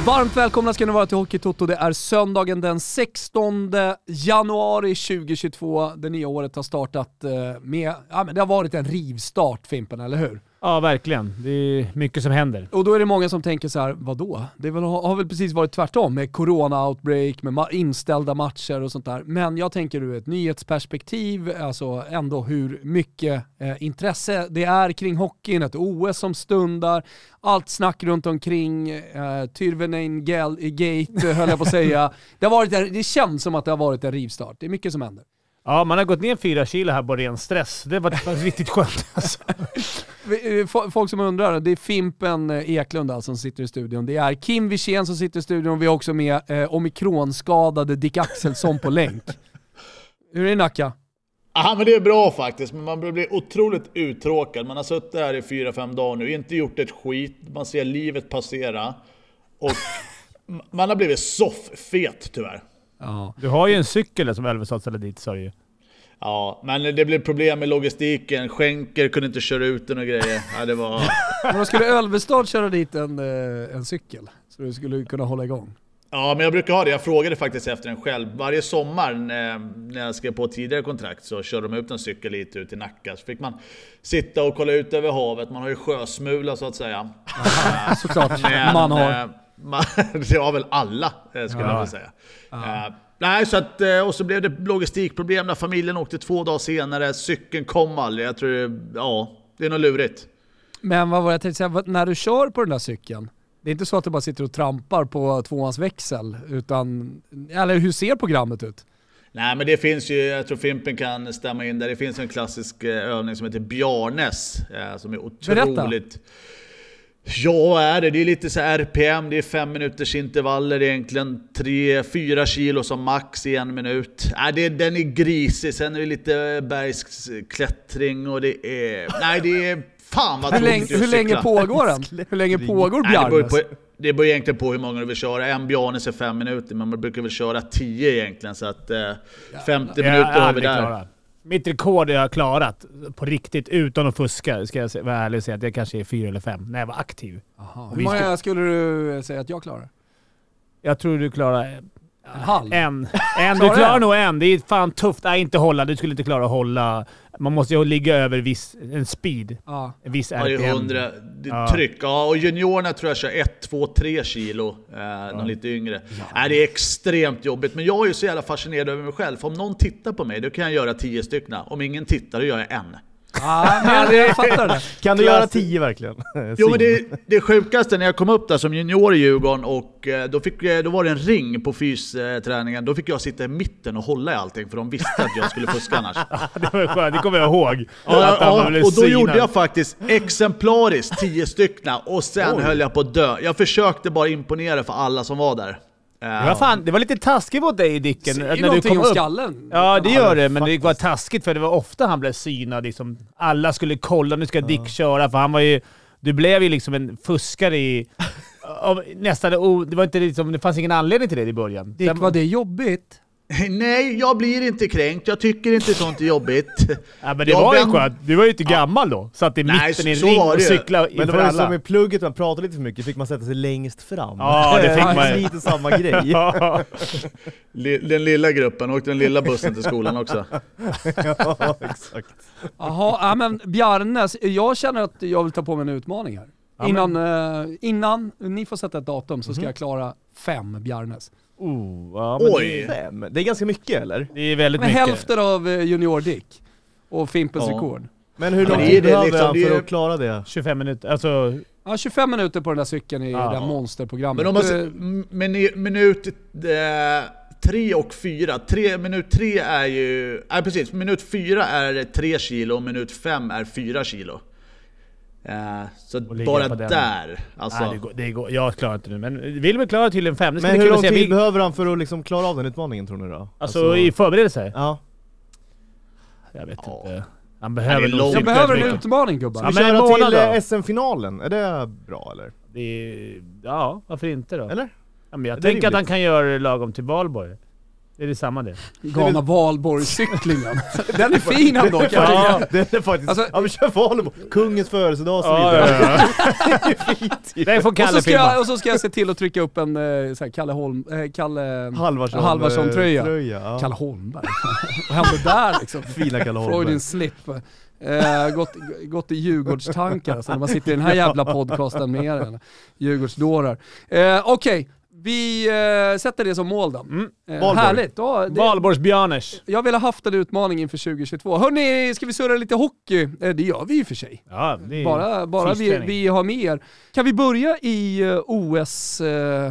Varmt välkomna ska ni vara till Hockey Toto. Det är söndagen den 16 januari 2022. Det nya året har startat med, men det har varit en rivstart, Fimpen, eller hur? Ja, verkligen. Det är mycket som händer. Och då är det många som tänker så här: vadå? Det har väl precis varit tvärtom med corona-outbreak, med inställda matcher och sånt där. Men jag tänker ur ett nyhetsperspektiv, alltså ändå hur mycket intresse det är kring hockeyn, ett OS som stundar, allt snack runt omkring, Tyrväinen Gate höll jag på att säga. Det känns som att det har varit en rivstart. Det är mycket som händer. Ja, man har gått ner 4 kilo här på ren stress. Det var riktigt skönt alltså. Folk som undrar, det är Fimpen Eklund alltså, som sitter i studion. Det är Kim Wirsén som sitter i studion och vi har också med omikronskadade Dick Axelsson på länk. Hur är det, Nacka? Ja, men det är bra faktiskt, men man blir otroligt uttråkad. Man har suttit här i 4-5 dagar nu, inte gjort ett skit. Man ser livet passera och man har blivit soffet tyvärr. Ja. Du har ju en cykel som Elvestad ställde dit, sa du ju. Ja, men det blev problem med logistiken. Skänker kunde inte köra ut den och grejer. Ja, det var... Men då skulle Ölvestad köra dit en cykel så du skulle kunna hålla igång. Ja, men jag brukar ha det. Jag frågade faktiskt efter den själv. Varje sommar när jag skrev på tidigare kontrakt så körde de ut en cykel lite ut i Nacka. Så fick man sitta och kolla ut över havet. Man har ju sjösmula så att säga. Såklart, man har. Det har väl alla, skulle jag vilja säga. Nej, så att, och så blev det logistikproblem när familjen åkte 2 dagar senare. Cykeln kom aldrig. Jag tror det är nog lurigt. Men vad var jag tänkte säga, när du kör på den där cykeln, det är inte så att du bara sitter och trampar på 2ans växel, utan, eller hur ser programmet ut? Nej, men det finns ju, jag tror Fimpen kan stämma in där. Det finns en klassisk övning som heter Bjarnes, som är otroligt... Berätta. Ja, det är lite så RPM, det är 5 minuters intervaller egentligen, 3-4 kilo som max i 1 minut. Den är grisig, sen är det lite bergsklättring och det är fan vad hur länge pågår den? Hur länge pågår Bjarnes? Det beror egentligen på hur många du vill köra. En Bjarnes är 5 minuter, men man brukar väl köra 10 egentligen, så att 50 minuter har vi där. Klara. Mitt rekord har jag klarat på riktigt utan att fuska. Ska jag vara ärlig och säga att det kanske är 4 eller 5 när jag var aktiv. Aha. Hur många skulle du säga att jag klarar? Jag tror du klarar en halv. En. Du klarar nog en. Det är fan tufft. Nej, inte hålla. Du skulle inte klara att hålla. Man måste ju ligga över en speed. Ja. En viss RPM. Ja, 100 tryck. Ja, och juniorerna tror jag kör 1, 2, 3 kilo. De lite yngre. Ja. Det är extremt jobbigt. Men jag är ju så jävla fascinerad över mig själv. För om någon tittar på mig, då kan jag göra 10 stycken. Om ingen tittar, då gör jag 1. Men jag fattar det. Kan du göra 10 verkligen? Jo, men det sjukaste när jag kom upp där som junior i Djurgården och då var det en ring på fysträningen. Då fick jag sitta i mitten och hålla i allting för de visste att jag skulle fuska annars. Det var skönt, det kommer jag ihåg. Och då gjorde jag faktiskt exemplariskt 10 stycken och sen höll jag på att dö. Jag försökte bara imponera för alla som var där. Det var lite taskigt mot dig, Dicken, när du kom upp. Skallen. Ja, det gör det, men det var taskigt för det var ofta han blev synad. Liksom. Alla skulle kolla, nu ska Dick köra, för han var ju... Du blev ju liksom en fuskare i... nästan, det var inte liksom, det fanns ingen anledning till det i början. Dick, var det jobbigt? Nej, jag blir inte kränkt. Jag tycker inte sånt är jobbigt. Ja, men det var ju skönt. Du var ju inte gammal då. Satt i mitten i en ring och cykla. Men det var ju som i plugget, man pratade lite för mycket. Fick man sätta sig längst fram. Ja, det fick man. Lite samma grej. Ja. Den lilla gruppen åkte den lilla bussen till skolan också. Ja, exakt. Jaha, men Bjarnes, jag känner att jag vill ta på mig en utmaning här. Innan ni får sätta ett datum så ska jag klara 5 Bjarnes. Oj! 5. Det är ganska mycket, eller? Det är väldigt mycket. Hälften av junior Dick och Fimpens rekord. Men hur lång tid behöver han för att klara det? 25 minuter. Alltså... Ja, 25 minuter på den där cykeln i det monsterprogrammet. Men minut 3 och 4. Minut 3 är ju... Nej, precis. Minut 4 är 3 kilo och minut 5 är 4 kilo. Så bara där alltså. Nej, det går. Jag klarar inte nu, men vill vi klara till en 5? Men hur lång tid behöver han för att liksom klara av den utmaningen, tror ni då? Alltså i förberedelse? Ja. Jag vet inte. Han behöver jag behöver en utmaning, gubbar. Ja, köra till SM-finalen. Är det bra, eller? Ja, varför inte då? Eller? Ja, men jag tänker att han kan göra lagom till Valborg. Det är detsamma det. Galna Valborgscyklingen. Den är fin ändå kan jag Ja, tycka. det är faktiskt... Alltså- ja, men kör Valborg. Kungens födelsedag och så Ja, vidare. ja, ja. Fint ju. Det får Kalle filma. Och så ska jag se till att trycka upp en så här, Kalle Halvarsson-tröja. Halvarsson-tröja. Ja. Kalle Holmberg. Vad hände där liksom? Fina Kalle Holmberg. Freudian slip. Gått i Djurgårdstankar alltså, när man sitter i den här jävla podcasten med er. Djurgårdsdårar. Okej. Vi sätter det som mål då. Härligt. Ja, Valborgsbjörners. jag vill ha haft en utmaning inför 2022. Hörrni, ska vi surra lite hockey? Det gör vi i och för sig. Ja, det är Bara vi har med er. Kan vi börja i OS,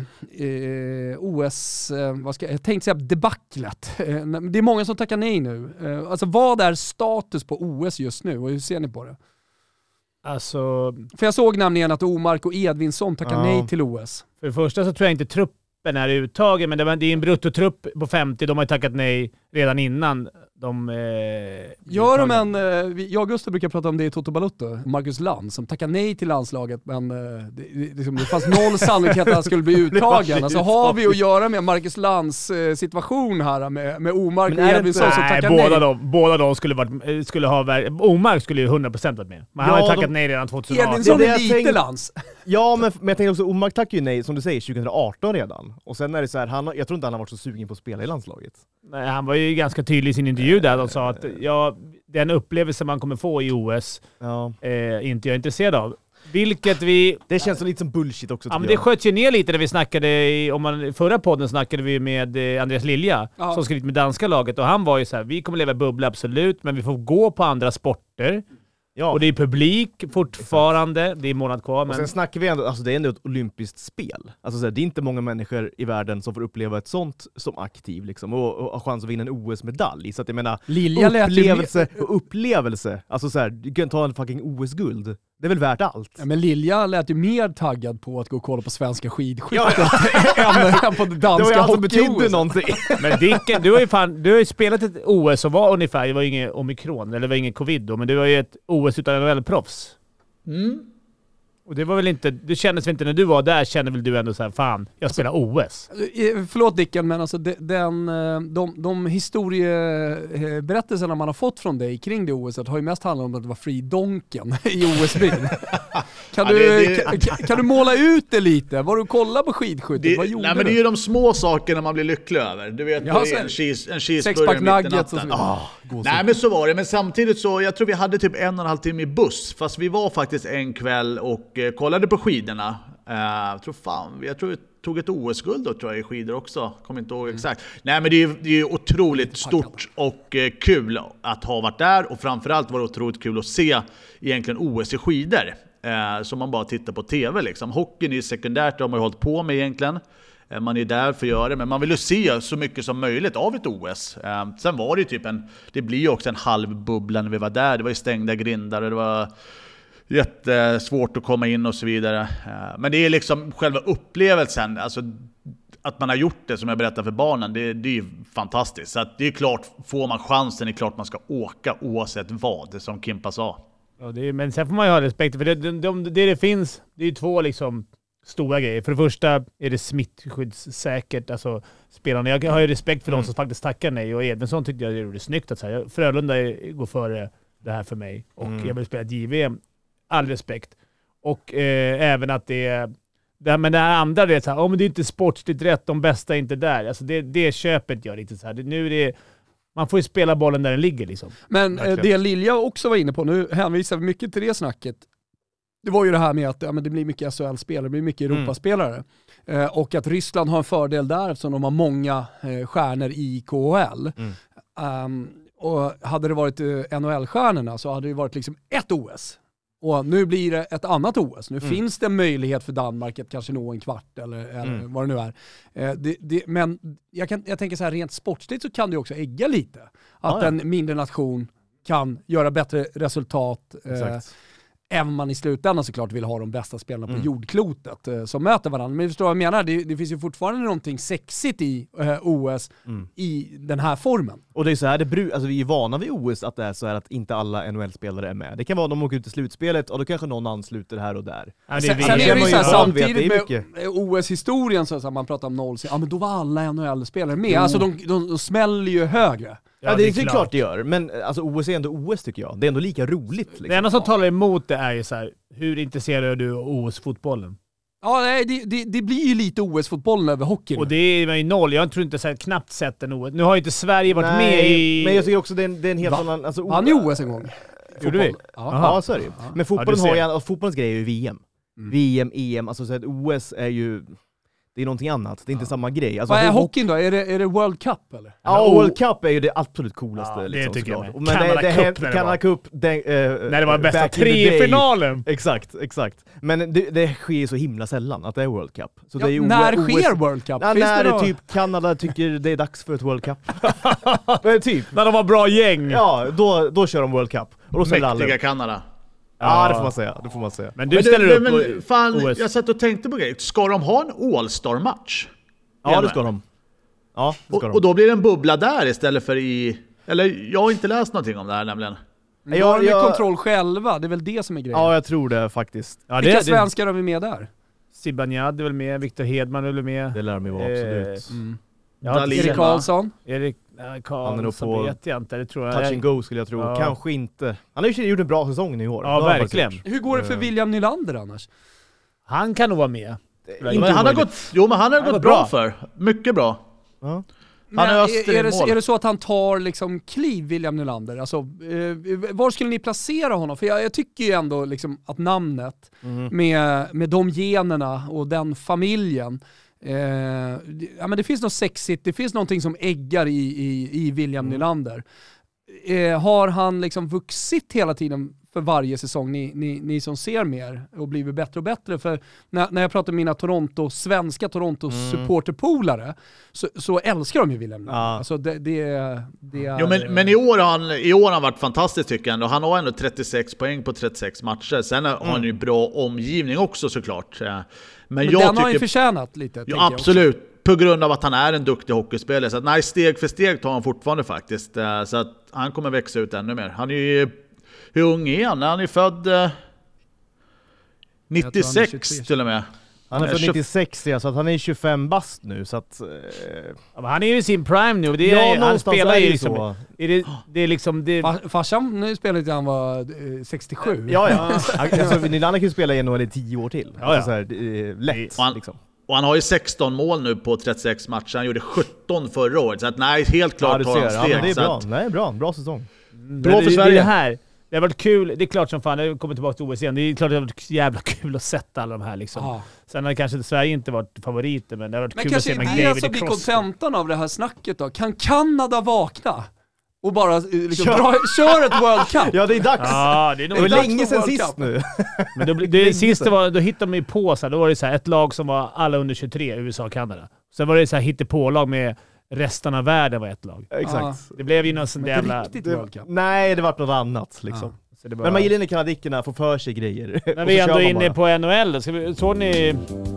jag tänkte säga debaclet. Det är många som tackar nej nu. Alltså vad är status på OS just nu och hur ser ni på det? Alltså, För jag såg nämligen att Omark och Edvinsson tackar nej till OS. för det första så tror jag inte truppen är uttagen, men det är en bruttotrupp på 50. De har ju tackat nej redan innan de... Gör de jag och Gustav brukar prata om det i Toto Balotto, Marcus Land, som tackar nej till landslaget, men det fanns noll sannolikhet att han skulle bli uttagen. Alltså har vi att göra med Marcus Lands situation här med Omark och Edvinsson som tackar nej? Båda de skulle ha... Omark skulle ju 100% varit med. Men han har tackat nej redan 2018. Edvinsson Det är jag lite tänkte- Lands. Ja, men jag tänker också, Omark tackade ju nej, som du säger, 2018 redan. Och sen är det så här, jag tror inte han har varit så sugen på att spela i landslaget. Nej, han var ju ganska tydlig i sin intervju där. De sa att den upplevelse man kommer få i OS inte jag är intresserad av. Vilket vi... Det känns lite som bullshit också. Ja, men det sköts ju ner lite när vi snackade förra podden snackade vi med Andreas Lilja som skrivit med danska laget, och han var ju så här: vi kommer leva i bubbla absolut, men vi får gå på andra sporter. Ja. Och det är publik fortfarande. Exakt. Det är månad kvar. Men... Och sen snackar vi ändå, alltså det är ändå ett olympiskt spel. Alltså så här, det är inte många människor i världen som får uppleva ett sånt som aktiv liksom, och ha chans att vinna en OS-medalj. Så att jag menar, upplevelse. Alltså så här, du kan ta en fucking OS-guld. Det är väl värt allt. Ja, men Lilja lät ju mer taggad på att gå och kolla på svenska skidskyttet än på det danska. Det var som betydde någonting. Men Dicken, du har ju spelat ett OS och var ungefär, det var ingen omikron, eller det var ingen covid då, men du var ju ett OS utan NHL-proffs. Och det var väl inte, det kändes väl inte när du var där, kände väl du ändå så här, fan, jag spelar OS. Förlåt Dicken, men alltså de historieberättelserna man har fått från dig kring det OSet har ju mest handlat om att det var fridonken i OS-byn. Kan du måla ut det lite? Var du kolla på skidskyttet? Vad gjorde nej, men det är ju de små sakerna man blir lycklig över. Du vet, en cheeseburgare mitt i natten. Nej, men så var det. Men samtidigt så, jag tror vi hade typ 1,5 timme i buss. Fast vi var faktiskt en kväll och kollade på skidorna. Jag tror vi tog ett OS-guld då, tror jag, i skidor också. Kommer inte ihåg exakt. Nej, men det är ju otroligt stort och kul att ha varit där. Och framförallt var det otroligt kul att se egentligen OS i skidor. Som man bara tittar på tv liksom. Hockeyn är ju sekundärt, de har ju hållit på med egentligen. Man är där för att göra det, men man vill ju se så mycket som möjligt av ett OS. Sen var det ju typ det blir ju också en halv bubbla när vi var där. Det var ju stängda grindar och det var jättesvårt att komma in och så vidare. Men det är liksom själva upplevelsen, alltså att man har gjort det som jag berättar för barnen, det är ju fantastiskt. Så att det är klart, får man chansen, det är klart man ska åka oavsett vad, som Kimpa sa. Ja, men sen får man ju ha respekt, för det finns, det är ju två liksom stora grejer. För det första är det smittskyddssäkert, alltså spelarna. Jag har ju respekt för de som faktiskt tackar nej, och Edvinsson tyckte jag det gjorde snyggt att säga. Frölunda går före det här för mig, och jag vill spela JVM. All respekt. Och även att men det här andra, det är så här, men det är inte sportsligt rätt, de bästa är inte där. Alltså det köpet gör inte så här. Nu är det, man får ju spela bollen där den ligger liksom. Men det Lilja också var inne på, nu hänvisar vi mycket till det snacket. Det var ju det här med att det blir mycket SHL-spelare, det blir mycket Europaspelare. Och att Ryssland har en fördel där eftersom de har många stjärnor i KHL. Och hade det varit NHL-stjärnorna så hade det varit liksom ett OS. Och nu blir det ett annat OS. Nu finns det en möjlighet för Danmark att kanske nå en kvart eller vad det nu är. Men jag tänker så här, rent sportsligt så kan det också ägga lite. Att en mindre nation kan göra bättre resultat. Även man i slutändan såklart vill ha de bästa spelarna på jordklotet som möter varandra. Men förstår vad jag menar? Det finns ju fortfarande någonting sexigt i OS i den här formen. Och det är så här, alltså vi är vana vid OS att det är så här att inte alla NHL-spelare är med. Det kan vara att de åker ut i slutspelet och då kanske någon ansluter här och där. Ja, sen är det ju så här, samtidigt med OS-historien så att man pratar om 0, men då var alla NHL-spelare med. Alltså de smäller ju högre. Ja, det är klart det gör. Men alltså, OS är ändå OS tycker jag. Det är ändå lika roligt. Liksom. Det enda som talar emot det är ju så här, hur intresserad är du av OS-fotbollen? Ja, det blir ju lite OS-fotbollen över hockey. Och det är ju noll. Jag tror inte så här, knappt sett en OS. Nu har ju inte Sverige varit med i... Men jag tycker också det är en helt annan... Alltså, han är OS en gång. Gjorde vi? Ja, så är det ju. Men fotbollen fotbollens grej är ju VM. VM, EM, alltså så att OS är ju... Det är någonting annat, det är inte samma grej. Alltså, vad är hockeyn då? Är det World Cup eller? Ja, World Cup är ju det absolut coolaste. Ja, liksom, det tycker jag. Men Canada Cup när det var bästa 3-finalen. Exakt. Men det sker så himla sällan att det är World Cup. Så det är när sker World Cup? Ja, när typ Kanada tycker det är dags för ett World Cup. Typ. När de har bra gäng. Ja, då kör de World Cup. Och då säger alla. Mäktiga Kanada. Ja, det får man säga. Men du ställer upp men fan, OS. jag satt och tänkte på grejer. Ska de ha en All-Star-match? Ja, det ska de. Ja, det ska de. Och då blir det en bubbla där istället för i... Eller jag har inte läst någonting om det här nämligen. De har ju kontroll själva, det är väl det som är grejen. Ja, jag tror det faktiskt. Ja, vilka svenskar har vi med där? Zibanejad är väl med, Victor Hedman är väl med. Det lär mig vara, absolut. Ja, Erik Karlsson. Karlsson vet jag inte, det tror jag. Touch and go skulle jag tro. Ja. Kanske inte. Han har ju gjort en bra säsong i år. Ja, verkligen. Hur går det för William Nylander annars? Han kan nog vara med. Men han har gått bra för. Mycket bra. Ja. Men är det så att han tar liksom kliv, William Nylander? Alltså, var skulle ni placera honom? För jag tycker ju ändå liksom att namnet med de generna och den familjen, men det finns något sexigt, det finns någonting som äggar i William Nylander. Har han liksom vuxit hela tiden för varje säsong, ni som ser mer, och blivit bättre och bättre? För när jag pratar med mina svenska Toronto-supporterpolare så älskar de ju William Nylander. Alltså det är... Jo, men i år har han varit fantastisk tycker jag. Han har ändå 36 poäng på 36 matcher. Sen har han ju bra omgivning också såklart. Men jag den tycker, har ju förtjänat lite. Ja, absolut. På grund av att han är en duktig hockeyspelare. Så att, steg för steg tar han fortfarande faktiskt. Så att han kommer växa ut ännu mer. Han är ju... Hur ung är han? Han är född 96 till och med. Han är född 96, ja, så att han är 25 bast nu. Så att, han är ju i sin prime nu. Det är, han spelar ju liksom... Så. Det är liksom... Farsan nu spelar inte, han var 67. Ja. Alltså, Nylander kan ju spela i NHL i 10 år till. Alltså, så här, lätt liksom. Och han har ju 16 mål nu på 36 matcher. Han gjorde 17 förra året. Så att helt klart tar han steg. Ja, det är bra. Bra säsong. Bra för Sverige. Det här. Det har varit kul, det är klart som fan, jag kommer tillbaka till OS igen. Det är klart att det har varit jävla kul att sätta alla de här liksom. Sen har kanske Sverige inte varit favoriter, men det har varit kul att se McDavid i cross. Men kanske det som blir kontentan av det här snacket då. Kan Kanada vakna? Och bara liksom kör ett World Cup? Ja, det är dags. Ja, det är nog länge sedan sist nu. Men sist då hittade de ju på så här, då var det så här, ett lag som var alla under 23, USA och Kanada. Sen var det så här hittepålag med resten av världen var ett lag. Exakt. Det blev ju någon sån jävla... Nej, det var något annat liksom. Så men man gillar när kanadickerna får för sig grejer. När vi är ändå inne på NHL, såg ni...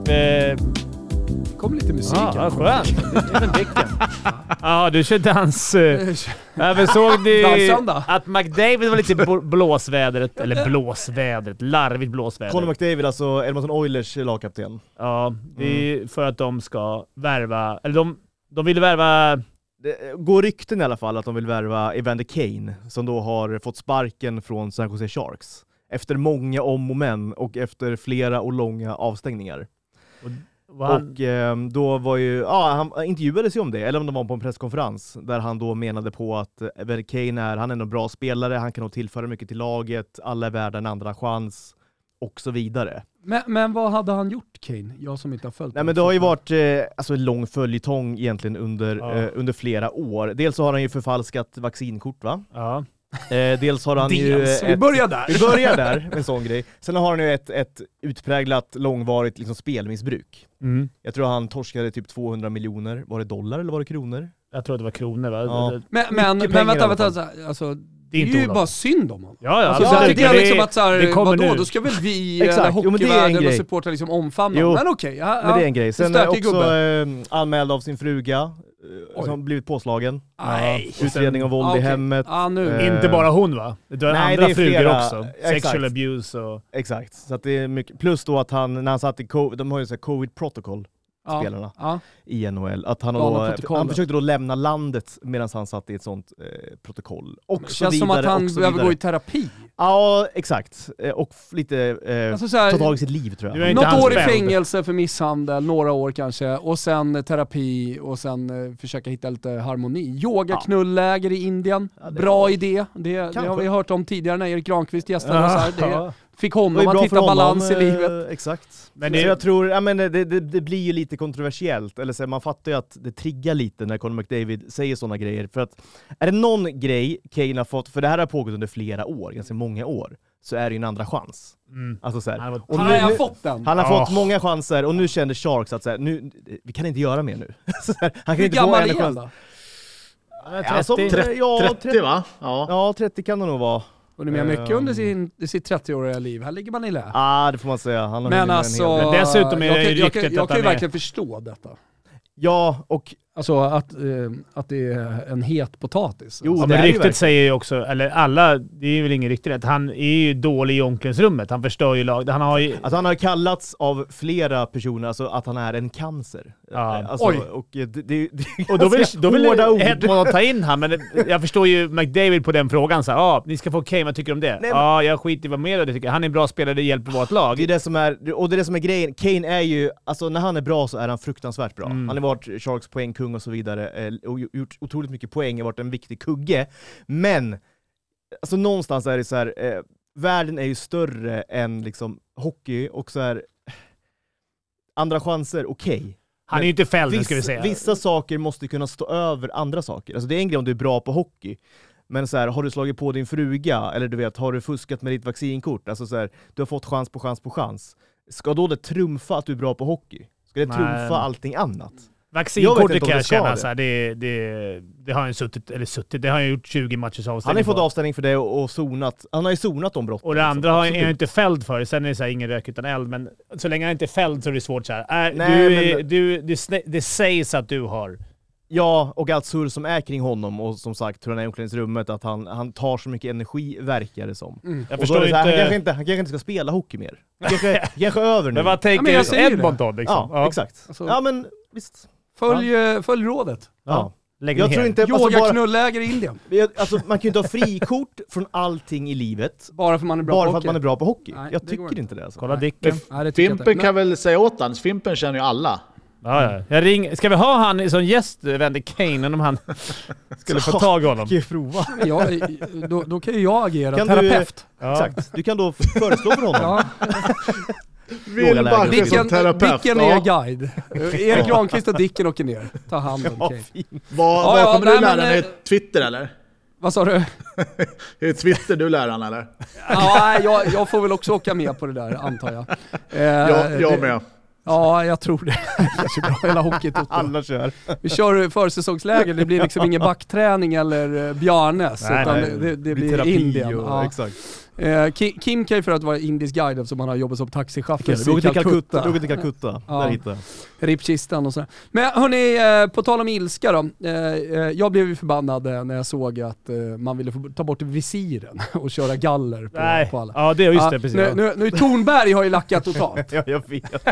kom lite musik. Ja, skönt. Ja, du kör dans. Även såg ni att McDavid var lite blåsvädret, eller larvigt blåsväder. Conor McDavid, alltså Edmonton Oilers lagkapten. Ja, det är för att de ska värva, eller de vill värva... Det går rykten i alla fall att de vill värva Evander Kane, som då har fått sparken från San Jose Sharks. Efter många om och men och efter flera och långa avstängningar. Och då var ju... han intervjuades ju om det, eller om det var på en presskonferens, där han då menade på att Evander Kane han är en bra spelare, han kan nog tillföra mycket till laget, alla är värda en andra chans och så vidare. Men vad hade han gjort, Kane? Jag som inte har följt. Nej, men det har ju varit en lång följetong egentligen under flera år. Dels så har han ju förfalskat vaccinkort, va? Ja. Dels har han vi börjar där med en sån grej. Sen har han ju ett utpräglat långvarigt liksom spelmissbruk. Jag tror han torskade typ 200 miljoner. Var det dollar eller var det kronor? Jag tror det var kronor, va? Ja. Men vänta. Alltså, Det är ju bara synd om honom. Ja, alltså, ja, det är liksom att vadå, nu. då ska väl vi eller hockeyvärlden och supportrar liksom omfamna. Men okej. Men det är en grej. Sen är också anmäld av sin fruga som blivit påslagen. Utredning av våld i hemmet. Inte bara hon va? Det är andra frugor också. Sexual abuse och... Exakt. Så att det är mycket. Plus då att han, när han satt i de har ju så här covid protocol. Spelarna i NHL. Att han försökte då lämna landet medan han satt i ett sånt protokoll. Och det känns som att han behöver gå i terapi. Ja, exakt. Och lite ta tag i sitt liv tror jag. Något år i fängelse för misshandel, några år kanske. Och sen terapi och sen försöka hitta lite harmoni. Yoga-knulläger i Indien. Bra idé. Det har vi hört om tidigare när Erik Granqvist gästade oss här. Det fick honom att hitta balans i livet. Exakt. Men jag tror, det blir ju lite kontroversiellt. Eller så, man fattar ju att det triggar lite när Conor McDavid säger sådana grejer. För att är det någon grej Kane har fått, för det här har pågått under flera år, ganska många år, så är det ju en andra chans. Alltså så här. Han har fått många chanser och nu kände Sharks att så här, nu, vi kan inte göra mer nu. Han kan inte få en chans. Då? 30 va? Ja, 30 kan det nog vara. Och det är mycket under sitt 30-åriga liv. Här ligger man i lä. Det får man säga. Men alltså, men dessutom är det ryktet jag kan ju verkligen förstå detta. Ja, och alltså att det är en het potatis. Jo, men ryktet säger ju också, eller alla, det är väl ingen ryktet, han är ju dålig i omklädningsrummet. Han förstör ju lag. Han har kallats av flera personer alltså att han är en cancer. Ja. Alltså, och då vill Hedman ta in han, men jag förstår ju McDavid på den frågan så här, ni ska få Kane, vad tycker du om det? Jag skiter i vad mer det tycker. Han är en bra spelare, det hjälper vårt lag. Det är det som är grejen. Kane är ju, alltså när han är bra så är han fruktansvärt bra. Han har varit Sharks poängkung och så vidare och gjort otroligt mycket poäng, har varit en viktig kugge. Men alltså någonstans är det så här, världen är ju större än liksom hockey och så här, andra chanser, okej. Han är ju inte fälld, ska vi säga. Vissa saker måste kunna stå över andra saker. Alltså det är en grej om du är bra på hockey. Men så här, har du slagit på din fruga eller du vet, har du fuskat med ditt vaccinkort? Alltså så här, du har fått chans på chans på chans. Ska då det trumfa att du är bra på hockey? Ska det trumfa allting annat? Vaccinkortet kan jag känna så här, det har han suttit, det har han gjort 20 matchers avstängning. Han har fått avstängning för det och sonat. Han har ju sonat om brott. Och det andra har han inte fälld för. Sen är det så här, ingen rök utan eld, men så länge han inte är fälld så är det svårt så här. Det sägs att du har. Ja, och allt surr som är kring honom och som sagt tror han är i omklädningsrummet att han tar så mycket energi, verkar det som. Jag förstår inte. Han kanske inte ska spela hockey mer. Kanske över nu. Men vad tänker Edmonton liksom? Ja, exakt. Alltså, ja, men visst. Följ rådet. Ja. Jag tror inte yoga-knulläger i Indien. Alltså, man kan ju inte ha frikort från allting i livet bara för man är bra på hockey. Nej, jag tycker inte det. Alltså. Kolla Dicken. Fimpen kan väl säga åt han. Fimpen känner ju alla. Ja. Ska vi ha han som gäst, Evander Kane, om han skulle få tag i honom? Ska jag prova? Då kan ju jag agera terapeut. Exakt. Du kan då föreslå för honom. Dicken är guide. Erik Granqvist och Dicken åker ner. Ta hand om Kane. Vad kommer du lära dig? Twitter eller? Vad sa du? Är det Twitter du lär han eller? Ja, jag får väl också åka med på det där, antar jag. Jag med. Ja, jag tror det. Jag kör bra hela hockey. Alla kör. Vi kör försäsongsläger. Det blir liksom ingen backträning eller Bjarnes. Utan det blir Indien. Ja. Exakt. Kim kan ju för att vara indisk guide eftersom han har jobbat som taxichaufför i Calcutta. Drog till Calcutta. Där hittade jag. Rippkistan och så. Men hörni, på tal om ilska då. Jag blev ju förbannad när jag såg att man ville ta bort visiren och köra galler på alla. Ja, det är just det, precis. Nu Tornberg har ju lackat totalt. Ja, jag vet.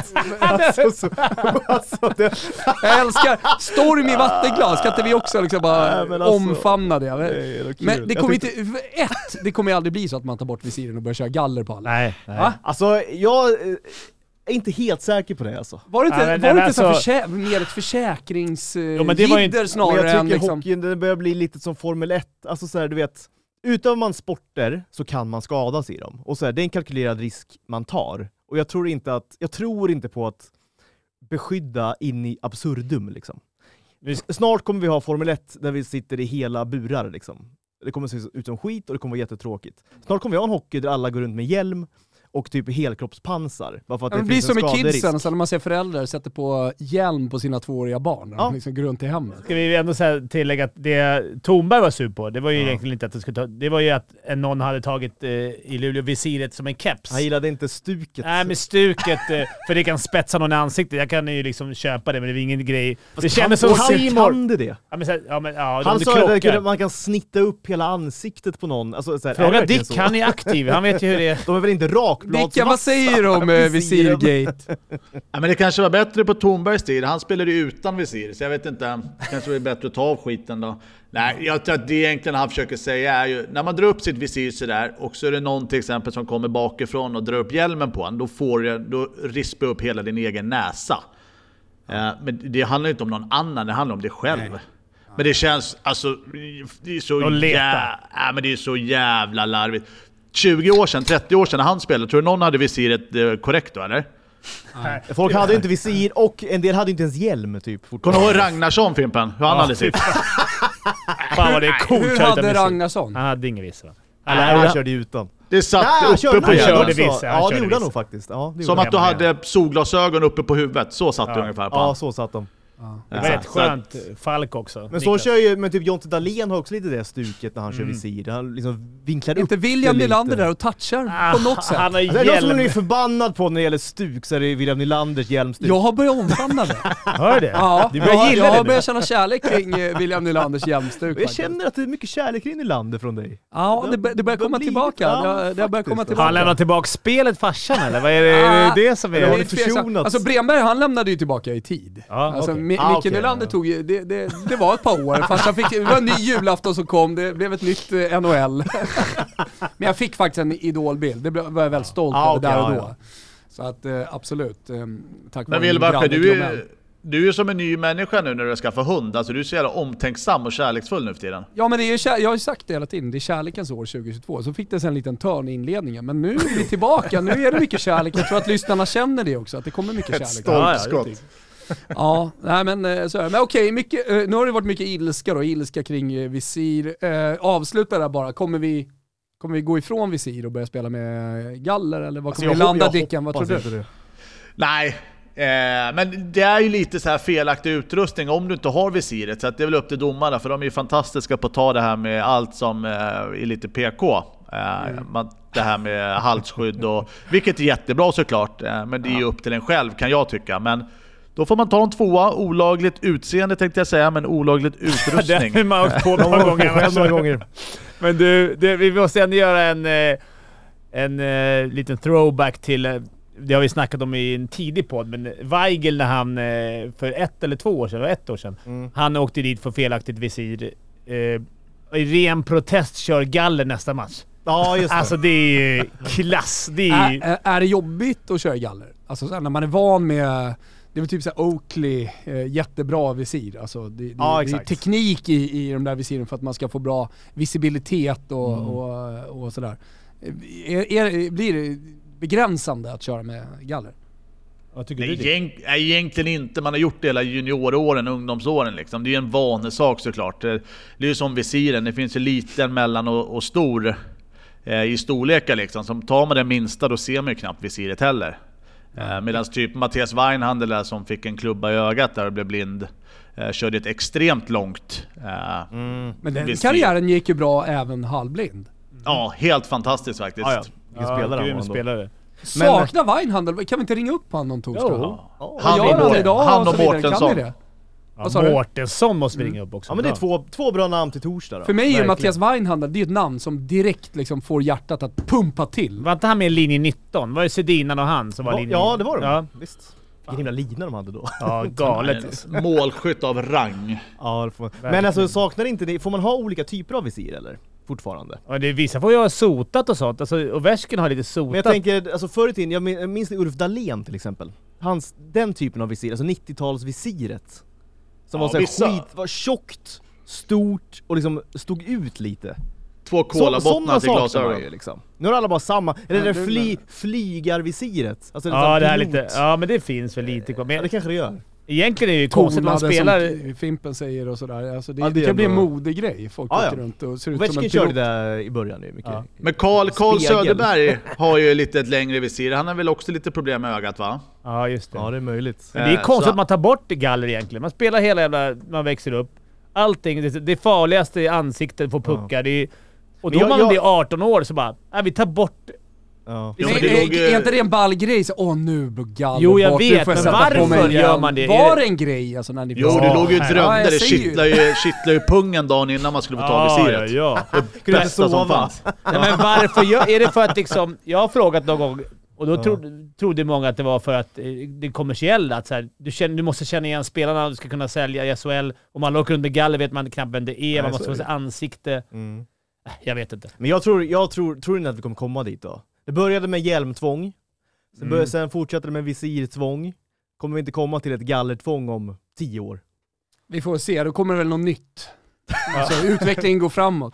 Jag älskar storm i vattenglas. Kan inte vi också liksom bara omfamna det? Men det kommer inte... Det kommer aldrig bli så att man tar bort visiren och börjar köra galler på alla. Nej. Alltså, jag är inte helt säker på det alltså. Var det inte så mer ett försäkringsjidder snarare än liksom... hockeyn, det börjar bli lite som Formel 1. Alltså så här, du vet, utövar man sporter så kan man skadas i dem. Och så här, det är en kalkylerad risk man tar. Och jag tror inte på att beskydda in i absurdum liksom. Snart kommer vi ha Formel 1 där vi sitter i hela burar liksom. Det kommer se ut som skit och det kommer vara jättetråkigt. Snart kommer vi ha en hockey där alla går runt med hjälm och typ helkroppspansar. Bara för att det blir som med kidsen, så när man ser föräldrar sätter på hjälm på sina 2-åriga barn. De liksom går runt i hemmet. Ska vi ändå tillägga att det Thornberg var sur på, det var ju egentligen inte att det skulle ta... Det var ju att någon hade tagit i Luleå visiret som en keps. Han gillade inte stuket. Nej, men stuket, för det kan spetsa någon i ansiktet. Jag kan ju liksom köpa det, men det är ingen grej. Fast det kändes som Simon. Kan det? Han sa att man kan snitta upp hela ansiktet på någon. Alltså, så här, fråga Dick, han är aktiv. Han vet ju hur det är. De är väl inte rakbladsvassa? Dick, vad säger du om visirgate? Men det kanske var bättre på Thornbergs tid. Han spelade ju utan visir, så jag vet inte. Kanske det är bättre att ta av skiten då. Nej, jag tror att det egentligen han försöker säga är ju, när man drar upp sitt visir sådär och så är det någon till exempel som kommer bakifrån och drar upp hjälmen på en, då rispar upp hela din egen näsa. Men det handlar inte om någon annan, det handlar om dig själv. Nej. Men det känns, alltså, det är så men det är så jävla larvigt. 20 år sedan, 30 år sedan när han spelade, tror du någon hade visiret korrekt då, eller? Nej. Folk hade inte visir och en del hade inte ens hjälm typ. Kommer du ihåg Ragnarsson, Fimpen? Hur han hade sitt? Fan vad det är coolt. Hur hade Ragnarsson? Han hade ingen visir. Han körde utan. Det satt uppe på huvudet. Ja, det gjorde han nog faktiskt. Ja, som att du hade solglasögon uppe på huvudet. Så satt det ungefär på. Ja, så satt de. Det var rätt skönt. Falk också. Men så kör ju, men typ Jonte Dahlén har också lite det stuket när han kör visir. Han liksom vinklar upp. Inte William Nylander där och touchar på något sätt. Han har det är något som är förbannad på när det gäller stuk, så är det William Nylanders hjälmstuk. Jag har börjat omfamna det. Hör det? Ja, jag har börjat känna kärlek kring William Nylanders hjälmstuk. Jag känner att det är mycket kärlek kring Nylander från dig. Ja, det börjar komma tillbaka. Det börjar komma tillbaka. Han lämnar tillbaka spelet, farsan, eller? Vad är det som är... Alltså Bremberg, han lämnade ju tillbaka i tid. Alltså Micke Nylander tog det var ett par år. Farsan fick, det var en ny julafton som kom, det blev ett nytt NHL. Men jag fick faktiskt en idolbild. Det var jag väldigt stolt över där och då. Så att absolut. Tack. Men Wilbur, du är ju som en ny människa nu när du ska få hund. Alltså du är så jävla omtänksam och kärleksfull nu för tiden. Ja, men det är jag har ju sagt det hela tiden. Det är kärlekens år 2022. Så fick det sen en liten törn i inledningen. Men nu är vi tillbaka. Nu är det mycket kärlek. Jag tror att lyssnarna känner det också. Att det kommer mycket kärlek. Ett stolpskott. Ja, nej men så är det. Men okej, nu har det varit mycket ilska kring visir. Avsluta där bara. Kommer vi gå ifrån visir och börja spela med galler, eller vad kommer vi landa, Dicken? Vad tror du? Nej, men det är ju lite så här felaktig utrustning om du inte har visiret, så att det är väl upp till domarna, för de är ju fantastiska på att ta det här med allt som är lite PK. Det här med halsskydd och, vilket är jättebra såklart, men det är ju upp till en själv, kan jag tycka. Men då får man ta en 2, olagligt utseende tänkte jag säga, men olagligt utrustning. Det har man åkt på några gånger. Men vi måste ändå göra en liten throwback till, det har vi snackat om i en tidig podd, men Weigel när han för 1 eller 2 år sedan, han åkte dit för felaktigt visir. I ren protest kör galler nästa match. Ja, just det. Alltså det är klass. Är det jobbigt att köra galler? Alltså så när man är van med... Det är väl typ så här Oakley, jättebra visir. Alltså det är teknik i de där visiren för att man ska få bra visibilitet och sådär. Blir det begränsande att köra med galler? Egentligen inte. Man har gjort det hela junioråren, ungdomsåren liksom. Det är ju en vanesak såklart. Det är ju som visiren. Det finns ju liten, mellan och stor i storlekar liksom. Som tar man den minsta, då ser man ju knappt visiret heller. Medan typ Mattias Weinhandel där, som fick en klubba i ögat där och blev blind, körde ett extremt långt men den karriären gick ju bra även halvblind. Ja, helt fantastiskt faktiskt. Spelare. Saknar Weinhandel, kan vi inte ringa upp honom någon torsdag? Han och Mårtensson. Mårtensson måste vi ringa upp också. Ja, men det är två bra namn till torsdag då. För mig är Mattias Weinhandel, det är ett namn som direkt liksom får hjärtat att pumpa till. Var inte han med i linje 19? Var det Sedinan och han som var linje 19? Ja, det var de. Ja. Visst. Vilken himla lina de hade då. Ja, galet. Målskytt av rang. Ja, men alltså saknar inte det, får man ha olika typer av visir eller? Fortfarande. Ja, det vissa får ju ha sotat och sånt. Alltså, och Värsken har lite sotat. Men jag tänker, alltså förr i tiden, jag minns Ulf Dahlén till exempel. Den typen av visir, alltså 90-talsvisiret. Som var så här var tjockt, stort och liksom stod ut lite. 2 kolabottnar till glasögon liksom. Nu är alla bara samma. Eller det flygarvisiret. Alltså det här lite. Ja, men det finns väl lite kvar. Men det kanske det gör. Egentligen är det ju konstigt att man spelar... Som Fimpen säger och sådär. Alltså det kan bli en modegrej. Folk åker runt och ser ut som en pilot. körde det i början nu mycket. Men Carl Söderberg har ju lite ett längre visir. Han har väl också lite problem med ögat, va? Ja, just det. Ja, det är möjligt. Men det är konstigt att man tar bort galler egentligen. Man spelar hela jävla... Man växer upp. Allting, det farligaste i ansiktet får puckar. Och då man blir 18 år så bara... vi tar bort... Ja. Är inte det en ball grej? Nu blir galler. Jo, jag vet, men varför gör man det? Var det en grej? Alltså, när ni det låg ju drömde. Det kittlade ju pungen dagen innan man skulle få tag i visiret. Det bästa som fanns. Nej, men varför är det för att liksom... Jag har frågat någon gång, och då trodde många att det var för att det kommersiella. Att så här, du måste känna igen spelarna, du ska kunna sälja i SHL. Om man åker runt med galler vet man knappt vem det är. Man måste få se ansikte. Jag vet inte. Men jag tror inte att vi kommer komma dit då. Det började med hjälmtvång. Sen fortsatte det med visirtvång. Kommer vi inte komma till ett gallertvång om 10 år? Vi får se, då kommer det väl något nytt. Alltså, utvecklingen går framåt.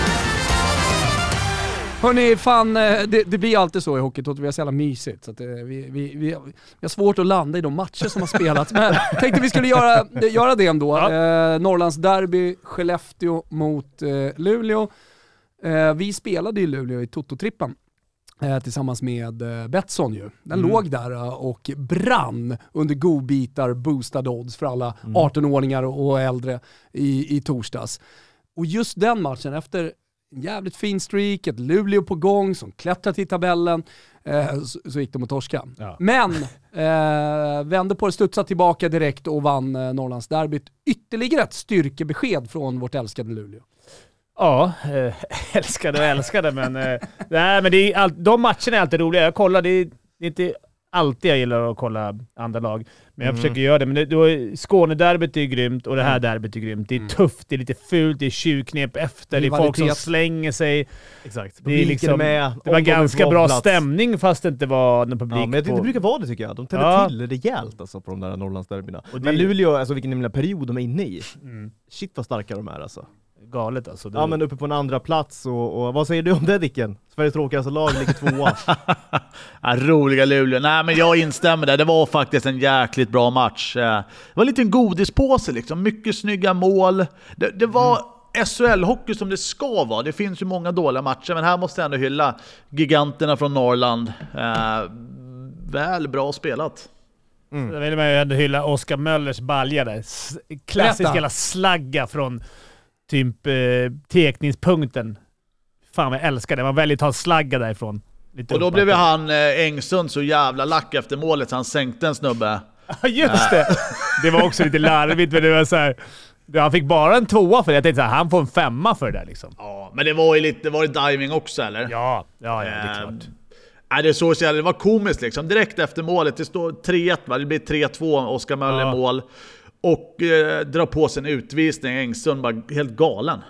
Hörrni, fan, det blir alltid så i hockey. Vi har så jävla mysigt. Så att, vi har svårt att landa i de matcher som har spelats. Men tänkte vi skulle göra det ändå. Norrlands derby, Skellefteå mot Luleå. Vi spelade i Luleå i Toto-trippen. Tillsammans med Betsson ju. Den låg där och brann under godbitar, boostade odds för alla 18-åringar och äldre i torsdags. Och just den matchen, efter en jävligt fin streak, ett Luleå på gång som klättrat i tabellen, så gick de att torska. Ja. Men vände på det, studsade tillbaka direkt och vann Norrlands derbyt. Ytterligare ett styrkebesked från vårt älskade Luleå. Ja, älskade, men nej, men det är de matcherna är alltid roliga. Jag kollar, det är inte alltid jag gillar att kolla andra lag, men jag försöker göra det. Men Skånederbyt är grymt och det här derbyt är grymt. Det är tufft, det är lite fult, det är tjuvknep efter, det är folk som slänger sig. Exakt. Det är liksom, det var ganska bra stämning fast det inte var någon publik. Men det brukar vara det tycker jag. De tänder till rejält alltså på de där Norrlandsderbyna. Men Luleå, alltså vilken himla period de är inne i. Shit vad starka de är alltså. Galet alltså. Ja, men uppe på en andra plats och vad säger du om det, Dicken? Sveriges tråkigaste lag ligger 2. Roliga Luleå. Nej, men jag instämmer där. Det var faktiskt en jäkligt bra match. Det var en liten godispåse liksom. Mycket snygga mål. Det var SHL-hockey som det ska vara. Det finns ju många dåliga matcher, men här måste jag ändå hylla giganterna från Norrland. Väl bra spelat. Då vill man ju ändå hylla Oskar Möllers balja där. Klassisk jävla slagga från typ tekningspunkten. Fan, jag älskar det. Man väljer att ta slagga därifrån. Och då blev han Engsund så jävla lack efter målet så han sänkte en snubbe. Ja, just det. Det var också lite larvigt, men det var så här. Han fick bara en 2 för det. Jag tänkte så här, han får en 5 för det där liksom. Ja, men det var ju lite, var det diving också eller? Ja, det är klart. Nej, det var komiskt liksom. Direkt efter målet, det står 3-1 va? Det blir 3-2, Oskar Möller mål. Och drar på sig en utvisning. Engsund bara helt galen.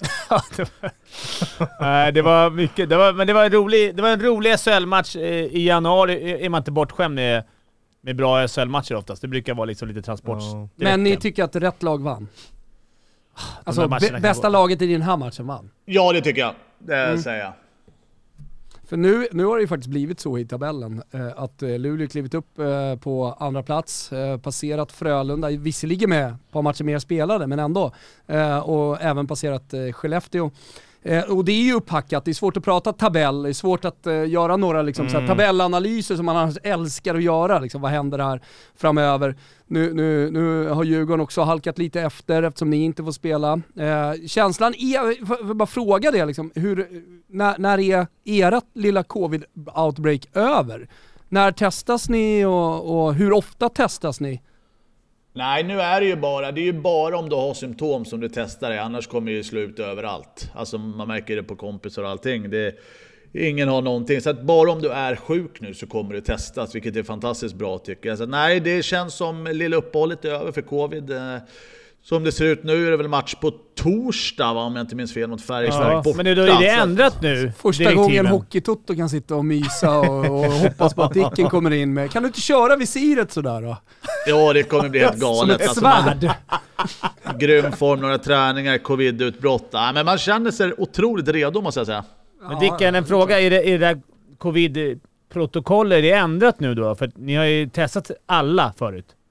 Det var mycket. Men det var en rolig SHL-match. I januari är man inte bortskämd med bra SHL-matcher oftast. Det brukar vara liksom lite transport. Men ni tycker att rätt lag vann? Alltså bästa laget i den här matchen vann? Ja, det tycker jag. Det säger jag. För nu har det ju faktiskt blivit så i tabellen att Luleå klivit upp på andra plats, passerat Frölunda, visserligen med ett par matcher mer spelade, men ändå. Och även passerat Skellefteå. Och det är ju upphackat, det är svårt att prata tabell, det är svårt att göra några liksom, så här, tabellanalyser som man älskar att göra. Liksom, vad händer här framöver? Nu har Djurgården också halkat lite efter eftersom ni inte får spela. Känslan är, för bara fråga det, liksom, när är ert lilla covid-outbreak över? När testas ni och hur ofta testas ni? Nej, nu är det är ju bara om du har symptom som du testar dig, annars kommer det ju slå ut överallt. Alltså man märker det på kompisar och allting. Ingen har någonting, så att bara om du är sjuk nu så kommer det testas, vilket är fantastiskt bra tycker jag. Så nej, det känns som lilla uppehållet är över för covid. Som det ser ut nu är det väl match på torsdag, va, om jag inte minns fel, mot Färjestad. Ja, men då är det ändrat nu. Första gången Hockeytotto kan sitta och mysa och hoppas på att Dicken kommer in med. Kan du inte köra visiret sådär då? Ja, det kommer bli helt galet. Som ett svärd. Grym form, några träningar, covid-utbrott. Ja, men man känner sig otroligt redo, måste jag säga. Men Dicken, en fråga. Är det där covid-protokollet, är det ändrat nu då? För ni har ju testat alla förut.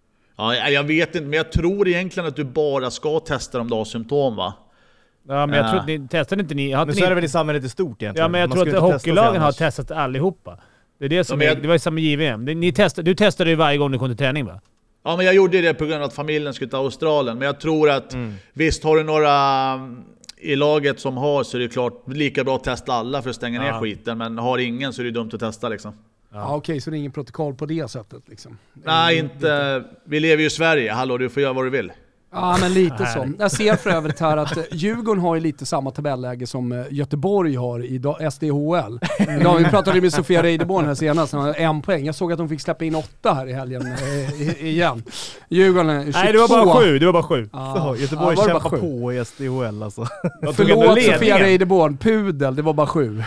Ja, jag vet inte, men jag tror egentligen att du bara ska testa om du har symptom, va? Ja, men jag tror att ni testade inte ni. Men så är det väl i samhället i stort egentligen. Ja, men jag tror att hockeylagen har testat allihopa. Det är det som det var ju samma JVM. Du testade ju varje gång du kom till träning, va? Ja, men jag gjorde det på grund av att familjen skulle till Australien. Men jag tror att visst har du några i laget som har, så är det klart lika bra att testa alla för att stänga ner skiten. Men har ingen så är det dumt att testa liksom. Ja, okej, så det är ingen protokoll på det sättet liksom? Nej, inte. Vi lever ju i Sverige. Hallå, du får göra vad du vill. Ja, men lite så. Jag ser för övrigt här att Djurgården har ju lite samma tabelläge som Göteborg har i SDHL. Idag, vi pratade med Sofia Reideborn här senast, han har 1 poäng. Jag såg att de fick släppa in 8 här i helgen igen. Djurgården 22. Nej, det var bara 7. Ja, Göteborg kämpar på i SDHL alltså. Förlåt Sofia Reideborn, pudel, det var bara 7.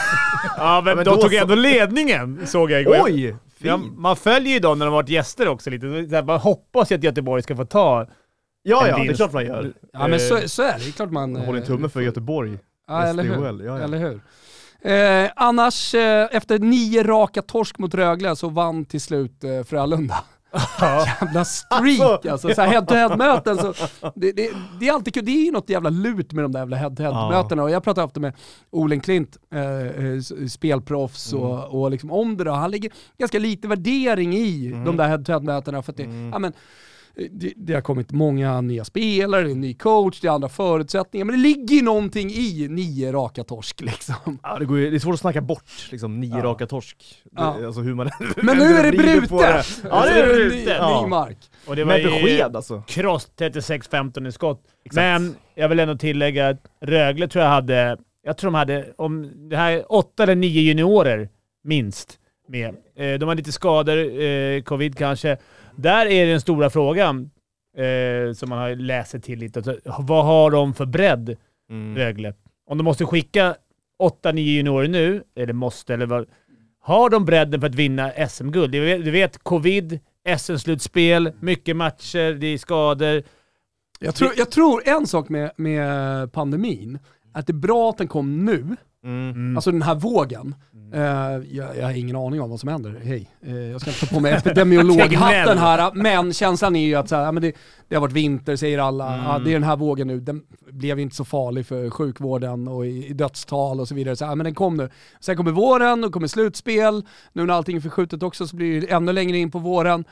Ja, men de tog ändå ledningen, såg jag igår. Oj! Ja, man följer ju dem när de har varit gäster också lite. Man hoppas ju att Göteborg ska få ta. Ja, det är klart man gör. Ja, men så är det. Klart man håller en tumme för Göteborg. Ja, eller hur? Ja. Eller hur? Annars, efter 9 raka torsk mot Rögle så vann till slut Frölunda. Jävla streak alltså. Så här head-to-head-möten så, det är alltid kul. Det är ju något jävla lut med de där jävla head-to-head-mötena. Och jag pratade ofta med Olen Klint, spelproffs och liksom om det då. Han lägger ganska lite värdering i de där head-to-head-mötena för att det har kommit många nya spelare, det är en ny coach, det är andra förutsättningar, men det ligger ju någonting i 9 raka torsk liksom. Ja, det är svårt att snacka bort liksom 9 raka torsk. Alltså hur man men nu är det brutet! Ja, det är brutet. Ny mark. Och det var med besked alltså. Cross 36-15 i skott. Exakt. Men jag vill ändå tillägga att Rögle tror de hade om det här 8 eller 9 juniorer minst med. De har lite skador, covid kanske. Där är den stora frågan som man har läst till lite. Vad har de för bredd, Rögle? Om de måste skicka 8-9 juniorer nu, eller vad? Har de bredden för att vinna SM-guld? Du vet covid, SM-slutspel, mycket matcher, det är skador. Jag tror en sak med pandemin, att det är bra att den kom nu. Alltså den här vågen. Jag har ingen aning om vad som händer. Hej. Jag ska inte ta på mig epidemiologhatten här. Men känslan är ju att så här, men det har varit vinter, säger alla. Det är den här vågen nu. Den blev inte så farlig för sjukvården och i dödstal och så vidare. Så, men den kom nu. Sen kommer våren och kommer slutspel. Nu när allting är förskjutet också så blir det ännu längre in på våren.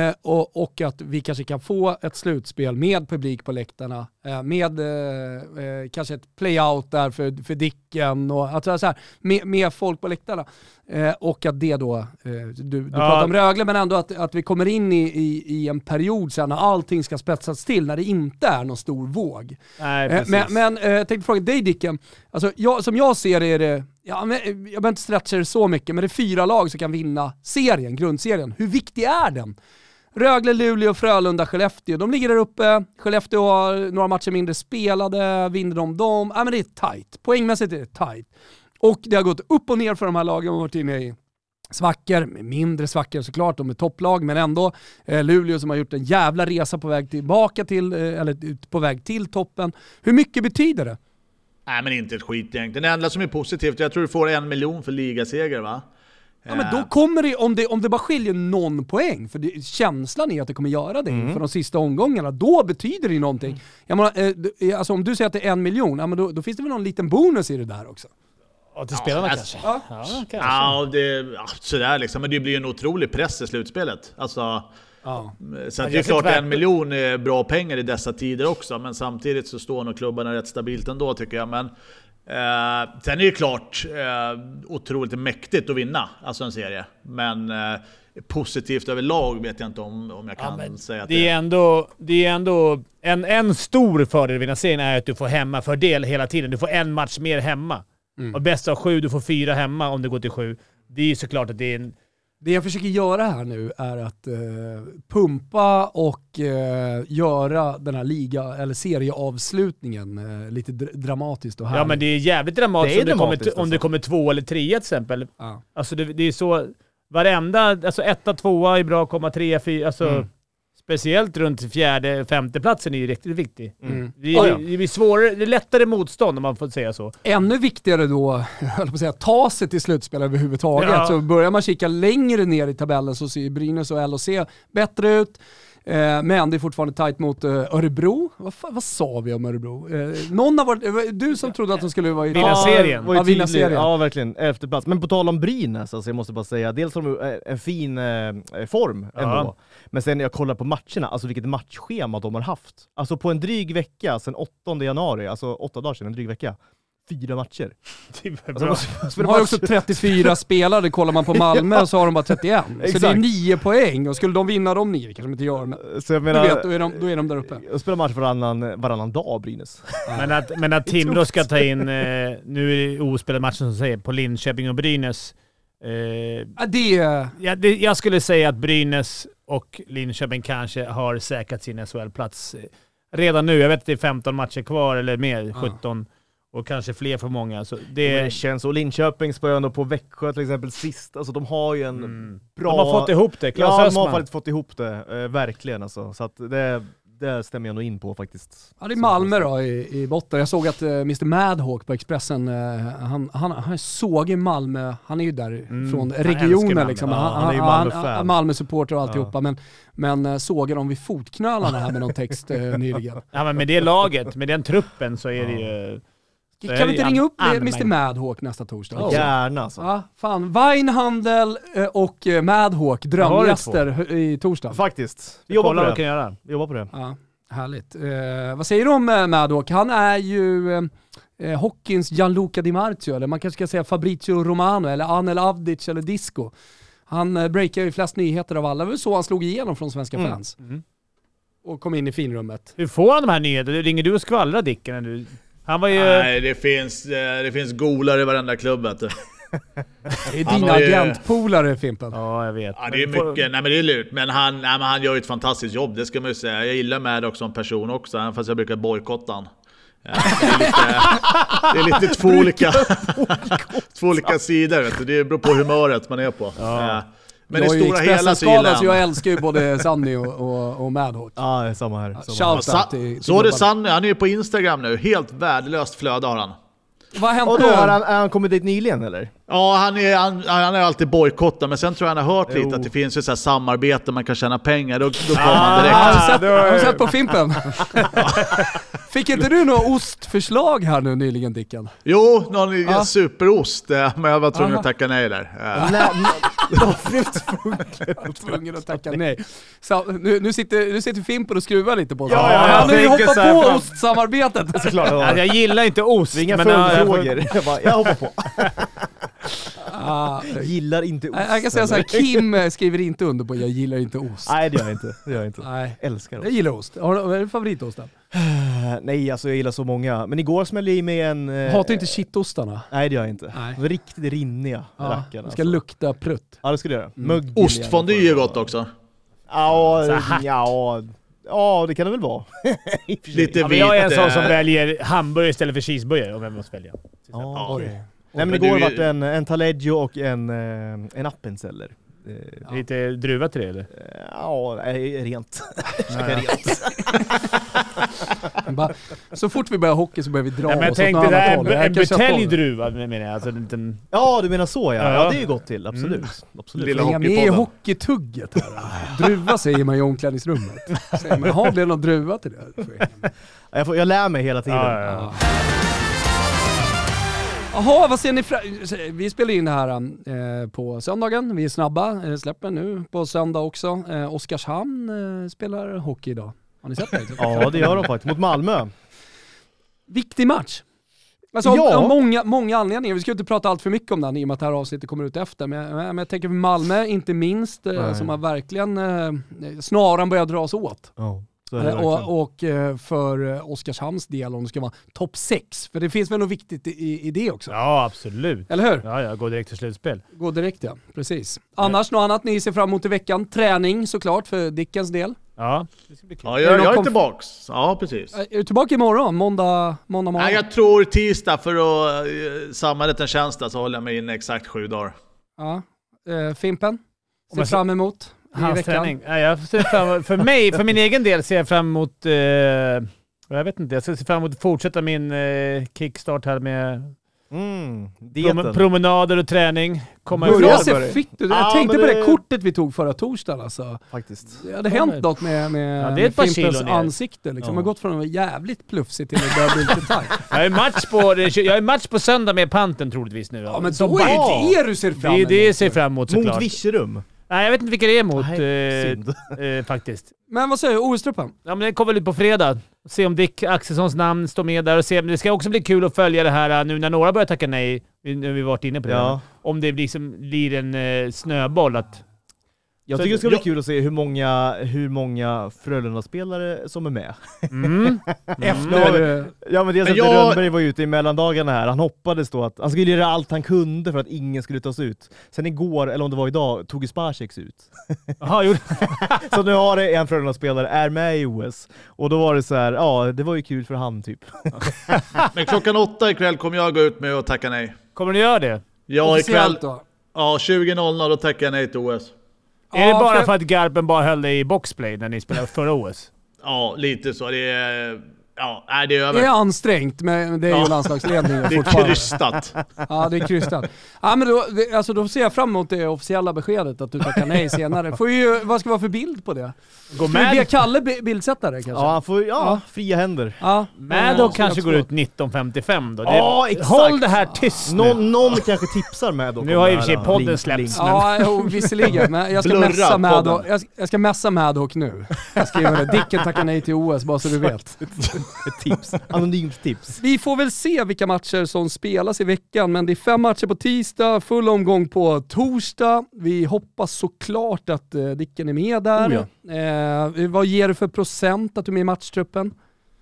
Och att vi kanske kan få ett slutspel med publik på läktarna. Med kanske ett playout där för Dicken och alltså så här, med folk på läktarna. Och att det då, du pratar om Rögle, men ändå att vi kommer in i en period sen när allting ska spetsas till, när det inte är någon stor våg. Nej, men jag tänkte fråga dig Dicken, alltså, som jag ser det är det, jag behöver inte stretcha det så mycket, men det är 4 lag som kan vinna serien, grundserien. Hur viktig är den? Rögle, Luleå, Frölunda, Skellefteå. De ligger där uppe. Skellefteå har några matcher mindre spelade. Vinner de dem? Ja, men det är tight. Poängmässigt är det tight. Och det har gått upp och ner för de här lagen och varit inne i svackor. Mindre svackor såklart. De är topplag, men ändå. Luleå som har gjort en jävla resa på väg tillbaka till, eller på väg till toppen. Hur mycket betyder det? Nej, men inte ett skit egentligen. Det enda som är positivt, jag tror du får 1 miljon för ligaseger, va? Ja, men då kommer det, om det bara skiljer någon poäng, för känslan är att det kommer göra det för de sista omgångarna, då betyder det någonting. Jag menar, alltså om du säger att det är 1 miljon, ja, men då finns det väl någon liten bonus i det där också. Ja, till spelarna kanske. Sådär liksom, men det blir ju en otrolig press i slutspelet. Alltså, så att det är klart 1 miljon är bra pengar i dessa tider också, men samtidigt så står nog klubbarna rätt stabilt ändå tycker jag. Men sen är det ju klart otroligt mäktigt att vinna alltså en serie, men positivt överlag vet jag inte om jag kan säga att det är ändå en stor fördel att vinna serien är att du får hemmafördel hela tiden. Du får en match mer hemma. Och bäst av 7, du får 4 hemma om det går till 7. Det är ju såklart att det är Det jag försöker göra här nu är att pumpa och göra den här liga eller serieavslutningen lite dramatiskt och härligt. Ja, men det är jävligt dramatiskt om det kommer 2 eller 3 till exempel. Ja. Alltså det är så varenda, alltså 1, 2 är bra, 3, 4, alltså speciellt runt 4:e, 5:e platsen är ju riktigt viktig. Det blir svårare, det är lättare motstånd om man får säga så. Ännu viktigare då, jag höll på att säga, ta sig till slutspel överhuvudtaget. Så börjar man kika längre ner i tabellen så ser Brynäs och LHC bättre ut. Men det är fortfarande tajt mot Örebro. Vad sa vi om Örebro? Någon av du som trodde att de skulle vara i vinna serien. Ja, verkligen. 11:e plats. Men på tal om Brynäs, alltså jag måste bara säga, dels har de en fin form ändå. Men sen när jag kollar på matcherna, alltså vilket matchschema de har haft. Alltså på en dryg vecka, sen 8 januari, alltså 8 dagar sedan, en dryg vecka. 4 matcher. De har ju också 34 spelare, kollar man på Malmö så har de bara 31. Så det är 9 poäng och skulle de vinna de 9, kanske de inte gör. Men så jag menar, du vet, då är de där uppe. Jag spelar match varannan dag, Brynäs. Men att Timrå ska ta in, nu är det ospelade matchen som säger, på Linköping och Brynäs. Jag skulle säga att Brynäs och Linköping kanske har säkrat sin SHL-plats redan nu. Jag vet att det är 15 matcher kvar eller mer, 17. Och kanske fler för många. Så det känns, och Linköping spöar ändå på Växjö till exempel sist. Alltså de har ju en bra... De har fått ihop det. Klas Östman. De har faktiskt fått ihop det. Verkligen alltså. Så att det stämmer jag nog in på faktiskt. Ja, det är Malmö då i botten. Jag såg att Mr. Madhawk på Expressen, han såg i Malmö. Han är ju där från regionen liksom. Han är ju Malmö-fan. Malmö-supporter och alltihopa. Men såg dem vid fotknölarna här med någon text nyligen. Ja, men med det laget, med den truppen så är det ju... Kan vi inte ringa upp Mr. Madhawk nästa torsdag? Gärna alltså. Ja, fan. Weinhandel och Madhawk, drömgäster i torsdag. Faktiskt. Vi jobbar på det. Ja, härligt. Vad säger du om Madhawk? Han är ju hockeyns Gianluca Di Marzio, eller man kanske ska säga Fabrizio Romano, eller Anel Avdic, eller Disco. Han breakar ju flest nyheter av alla. Det var så han slog igenom från svenska fans. Och kom in i finrummet. Hur får han de här nyheterna? Ringer du och skvallrar, Dicken, när du... Han var ju... Nej, det finns golare i varenda klubb, vet du. Det är dina agentpolare, Fimpen. Ja, jag vet. Ja, det är mycket. Nej, men det är lurt. Men han gör ju ett fantastiskt jobb, det ska man ju säga. Jag gillar med också som person också, även fast jag brukar bojkotta han. Ja, det är lite två olika sidor, vet du. Det beror på humöret man är på. Ja. Men det stora hela så gillar så jag älskar ju både Sanny och Madhawk. Ja, det är samma här. Så är det Sanny, han är ju på Instagram nu. Helt värdelöst flöde har han. Vad har hänt och då? Har han kommit dit nyligen eller? Ja, han är alltid bojkottad, men sen tror jag han har hört lite att det finns ju så här samarbete man kan tjäna pengar, då kommer han direkt. Har du sett på Fimpen? Fick inte du något ostförslag här nu nyligen, Dicken? Jo, någon superost, men jag var tvungen att tacka nej där. Tvungen att tacka nej. Så, nu sitter Fimpen och skruvar lite på sig. Han har ju hoppat på ostsamarbetet. Såklart. Jag gillar inte ost. Inga följdfrågor. Jag hoppar på. Jag gillar inte ost. Jag kan säga så här, Kim skriver inte under på jag gillar inte ost. Nej, det gör jag inte. Nej. Älskar ost. Jag gillar ost. Vad är favoritosten? Nej, alltså jag gillar så många. Men igår smällde jag i med en... Hatar inte kittostarna? Nej, det gör jag inte. De är riktigt rinniga. Det ska lukta prutt. Ja, det ska det göra. Ostfondue är gott också. Ja, det kan det väl vara. Lite vit. Jag är en sån som väljer hamburgare istället för cheeseburgare om jag måste välja. Nej, men igår var det en taleggio och en appenzeller. Lite druva till det eller? Ja, rent. Så fort vi börjar hockey så börjar vi dra oss åt jag tänkte en buteljdruva menar jag. Alltså, ja, du menar så ja. Ja, det är ju gott till, absolut. Lilla med i hockeytugget här. Druva säger man i omklädningsrummet. Men har det någon druva till det? Jag lär mig hela tiden. Jaha, vad ser ni vi spelar in det här på söndagen. Vi är snabba, släpper nu på söndag också. Oskarshamn spelar hockey idag. Har ni sett det? Ja, det gör de faktiskt. Mot Malmö. Viktig match. Alltså, många anledningar. Vi ska inte prata allt för mycket om den i och med att det här avsnittet kommer ut efter. Men jag tänker på Malmö, inte minst, som har verkligen snaran börjar dras åt. Ja. Och för Oskarshamns del om det ska vara topp 6. För det finns väl något viktigt i det också. Ja, absolut. Eller hur? Ja, gå direkt till slutspel. Gå direkt, ja. Precis. Annars något annat ni ser fram emot i veckan? Träning såklart för Dickens del. Ja, det ska bli kul. Ja, jag är tillbaks. Ja, precis. Är du tillbaka imorgon? Måndag morgon? Nej, jag tror tisdag för att samhället en tjänst så håller jag mig in exakt 7 dagar. Ja. Fimpen? Ser fram emot? Hans träning. Ja, jag ser fram, för min egen del ser jag fram emot jag vet inte, jag ser fram emot att fortsätta min kickstart här med Promenader och träning. Börja se fitt ut. Jag tänkte på det kortet vi tog förra torsdagen. Alltså. Faktiskt. Det hade hänt något med det är ett par Fimpens kilo ansikte. Liksom. Jag har gått från att vara jävligt plufsigt till att börja bli lite tajt. Jag är match på söndag med Panten troligtvis nu. Ja, men då är det du ser fram emot. Det ser fram emot såklart. Mot Virserum. Nej, jag vet inte vilka det är mot faktiskt. Men vad säger du? OS-truppen? Ja, men den kommer väl ut på fredag. Se om Dick Axelssons namn står med där och se. Men det ska också bli kul att följa det här nu när några börjar tacka nej. Nu vi varit inne på det. Ja. Om det blir en snöboll att... Jag tycker det ska bli kul att se hur många Frölunda-spelare som är med. Efter... Ja, men dels att Rönnberg var ute i mellandagarna här. Han hoppades då att han skulle göra allt han kunde för att ingen skulle tas ut. Sen igår, eller om det var idag, tog Spacek ut. Aha, jo. Så nu har det en Frölunda-spelare är med i OS. Och då var det så här, det var ju kul för han typ. Men 8:00 ikväll kommer jag gå ut med och tacka nej. Kommer ni göra det? Ja, ikväll. Ja, 20:00 då tackar jag nej till OS. Är det bara för att Garpen bara höll dig i boxplay när ni spelade förra OS? Ja, lite så. Det är... Ja, det är över. Det är ansträngt, men det är ju landslagsledningen fortfarande. Det är krystat. Ja, det är krystat. Ja, men då ser jag fram emot det officiella beskedet att du tackar nej senare. Vad ska vara för bild på det? Ska vi be Kalle bildsätta det kanske? Ja, han får fria händer. Ja. Maddock kanske går ut 19:55 då. Ja, exakt. Håll det här tyst nu. Någon kanske tipsar med då. Nu har ju i och för sig podden släppts. Ja, visserligen. Men jag ska mässa Maddock. Jag ska mässa Maddock nu. Jag skriver det. Dicken tackar nej till OS, bara så du vet. Ett tips. Anonymt tips. Vi får väl se vilka matcher som spelas i veckan, men det är 5 matcher på tisdag, full omgång på torsdag. Vi hoppas såklart att Dicken är med där. Vad ger du för procent att du är med i matchtruppen?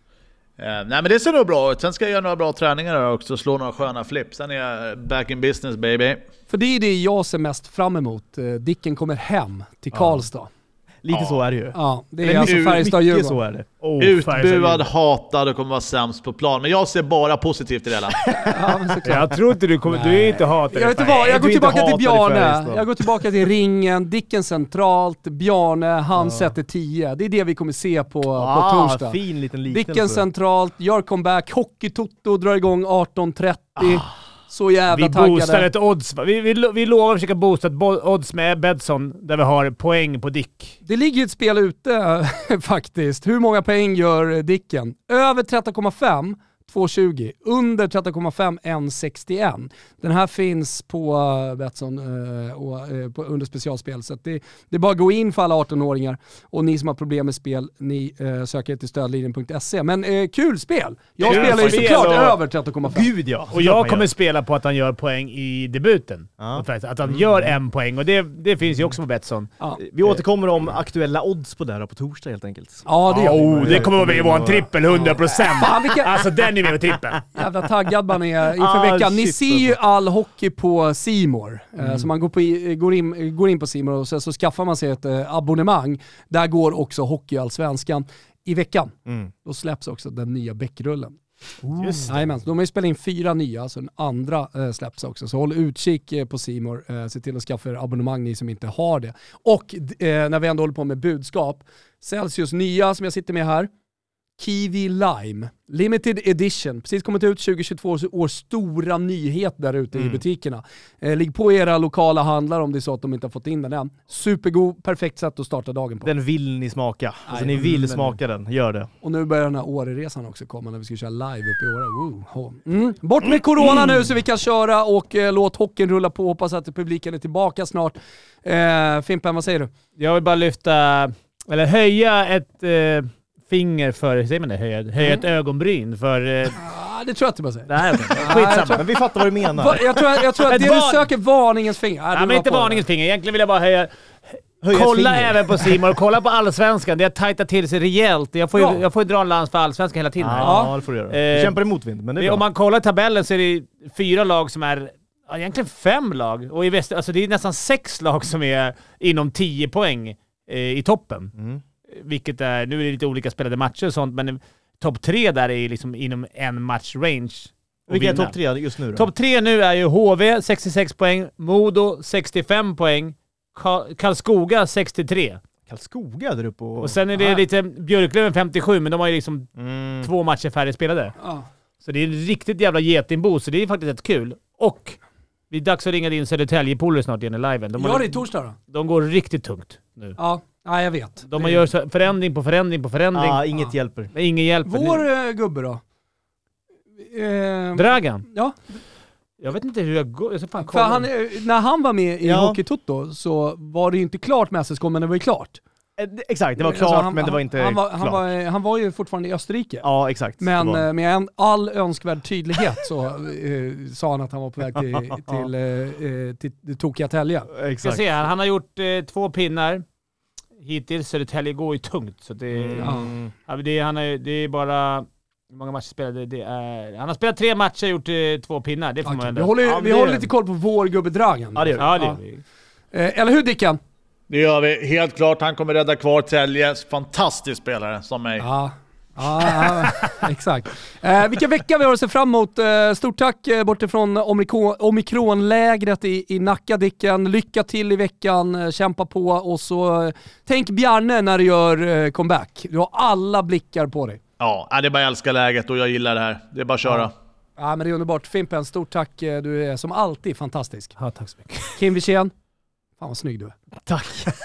Nej, men det ser nog bra ut. Sen ska jag göra några bra träningar där också, slå några sköna flips. Sen är jag back in business, baby. För det är det jag ser mest fram emot. Dicken kommer hem till Karlstad. Lite så är det ju. Ja, det är alltså Färjestad-Djurgården. Så är det. Utbuad, hatad och kommer vara sämst på plan. Men jag ser bara positivt i det hela. Jag tror inte du är inte hatad. Jag går tillbaka till Bjarne. Jag går tillbaka till ringen. Dicken centralt. Bjarne, han sätter 10. Det är det vi kommer se på torsdag. Fin liten liknelse. Dicken centralt, gör comeback. Hockey-toto drar igång 18:30. Så jävla taggade. Vi boostar ett odds. Vi lovar att försöka boosta ett odds med Bedson där vi har poäng på Dick. Det ligger ett spel ute faktiskt. Hur många poäng gör Dicken? Över 13,5, 2,20. Under 13,5, 1,61. Den här finns på Betsson under specialspel. Så att det är bara att gå in för alla 18-åringar. Och ni som har problem med spel, ni söker till stödlinjen.se. Men kul spel! Jag spelar ju såklart över 13,5. Gud ja! Och jag kommer spela på att han gör poäng i debuten. Att han gör en poäng. Och det finns ju också på Betsson. Vi återkommer om aktuella odds på det här på torsdag helt enkelt. Ja, det gör vi. Det kommer att vara en trippel 100%. Alltså den är med trippel. Jävla taggad man är inför veckan. Ni ser ju all hockey på C More. Så man går in på C More och så skaffar man sig ett abonnemang. Där går också Hockeyallsvenskan i veckan. Då släpps också den nya Bäckrullen. Jajamän, de har ju spelat in 4 nya, så den andra släpps också. Så håll utkik på C More. Se till att skaffa er abonnemang, ni som inte har det. Och när vi ändå håller på med budskap, Celsius nya som jag sitter med här, Kiwi Lime Limited Edition, precis kommit ut, 2022 års stora nyhet där ute i butikerna. Ligg på era lokala handlare om det är så att de inte har fått in den än. Supergod, perfekt sätt att starta dagen på. Den vill ni smaka. Alltså ni vill smaka den, gör det. Och nu börjar den här Åreresan också komma när vi ska köra live upp i Åre. Bort med corona nu så vi kan köra och låt hockeyn rulla på. Hoppas att publiken är tillbaka snart. Fimpen, vad säger du? Jag vill bara höja ett finger för, säger man det? Höja ett ögonbryn för... det tror jag inte bara säger. Nej, skitsamma. Men vi fattar vad du menar. Jag tror att det du söker varningens finger. Ja, men inte varningens finger. Egentligen vill jag bara höja kolla även på Simon och kolla på Allsvenskan. Det har tajtat till sig rejält. Jag får ju dra en lans för Allsvenskan hela tiden. Ja, det får du göra. Du kämpar i motvind, men det är bra. Om man kollar tabellen så är det 4 lag som är... Ja, egentligen 5 lag. Och i alltså det är nästan 6 lag som är inom 10 poäng i toppen. Vilket är, nu är det lite olika spelade matcher och sånt, men topp 3 där är liksom inom en match range. Vilka är topp 3 just nu då? Topp 3 nu är ju HV 66 poäng, Modo 65 poäng, Karlskoga 63. Karlskoga där uppe och sen är det lite Björklöven 57, men de har ju liksom 2 matcher färre spelade. Så det är en riktigt jävla getingbo, så det är faktiskt rätt kul. Och det är dags att ringa in Södertälje-polare snart igen i liven. Gör det i torsdag då? De går riktigt tungt nu. Ja, jag vet. De gör så förändring på förändring på förändring. Ja, inget hjälper. Men ingen hjälper. Vår gubbe då? Dragan? Ja. Jag vet inte hur jag går. Jag ska fan För kolla. när han var med i Hockey Toto så var det ju inte klart med SSK, men det var ju klart. Exakt, det var klart men det var inte klart. Han var ju fortfarande i Österrike. Ja, exakt. Men med all önskvärd tydlighet så sa han att han var på väg till tokiga Tälje. Exakt. Jag ser här, han har gjort 2 pinnar hittills, så Tälje går ju tungt. Så det är bara... Hur många matcher spelade han har spelat 3 matcher och gjort 2 pinnar. Det får man ändå. Vi håller lite koll på vår gubbe Dragan. Ja, det gör vi. Eller hur, Dicken? Det gör vi. Helt klart. Han kommer rädda kvar Tälje. Fantastisk spelare som mig. Ja, exakt. Vilka vecka vi har att se fram emot. Stort tack bortifrån omikronlägret i Nacka, Dicken. Lycka till i veckan. Kämpa på. Och så tänk Bjarne när du gör comeback. Du har alla blickar på dig. Ja, det är bara att älska läget och jag gillar det här. Det är bara att köra. Ja, men det är underbart. Fimpen, stort tack. Du är som alltid fantastisk. Ja, tack så mycket. Kim Wirsén. Fan vad snygg du är. Tack.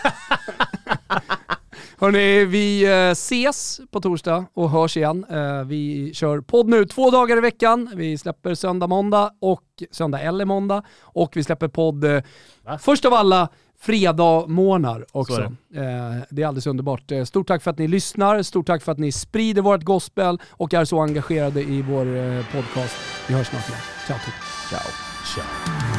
Hörrni, vi ses på torsdag och hörs igen. Vi kör podd nu 2 dagar i veckan. Vi släpper söndag, måndag och söndag eller måndag. Och vi släpper podd först av alla fredag morgnar också. Det är alldeles underbart. Stort tack för att ni lyssnar. Stort tack för att ni sprider vårt gospel och är så engagerade i vår podcast. Vi hörs snart igen. Ciao. Ciao.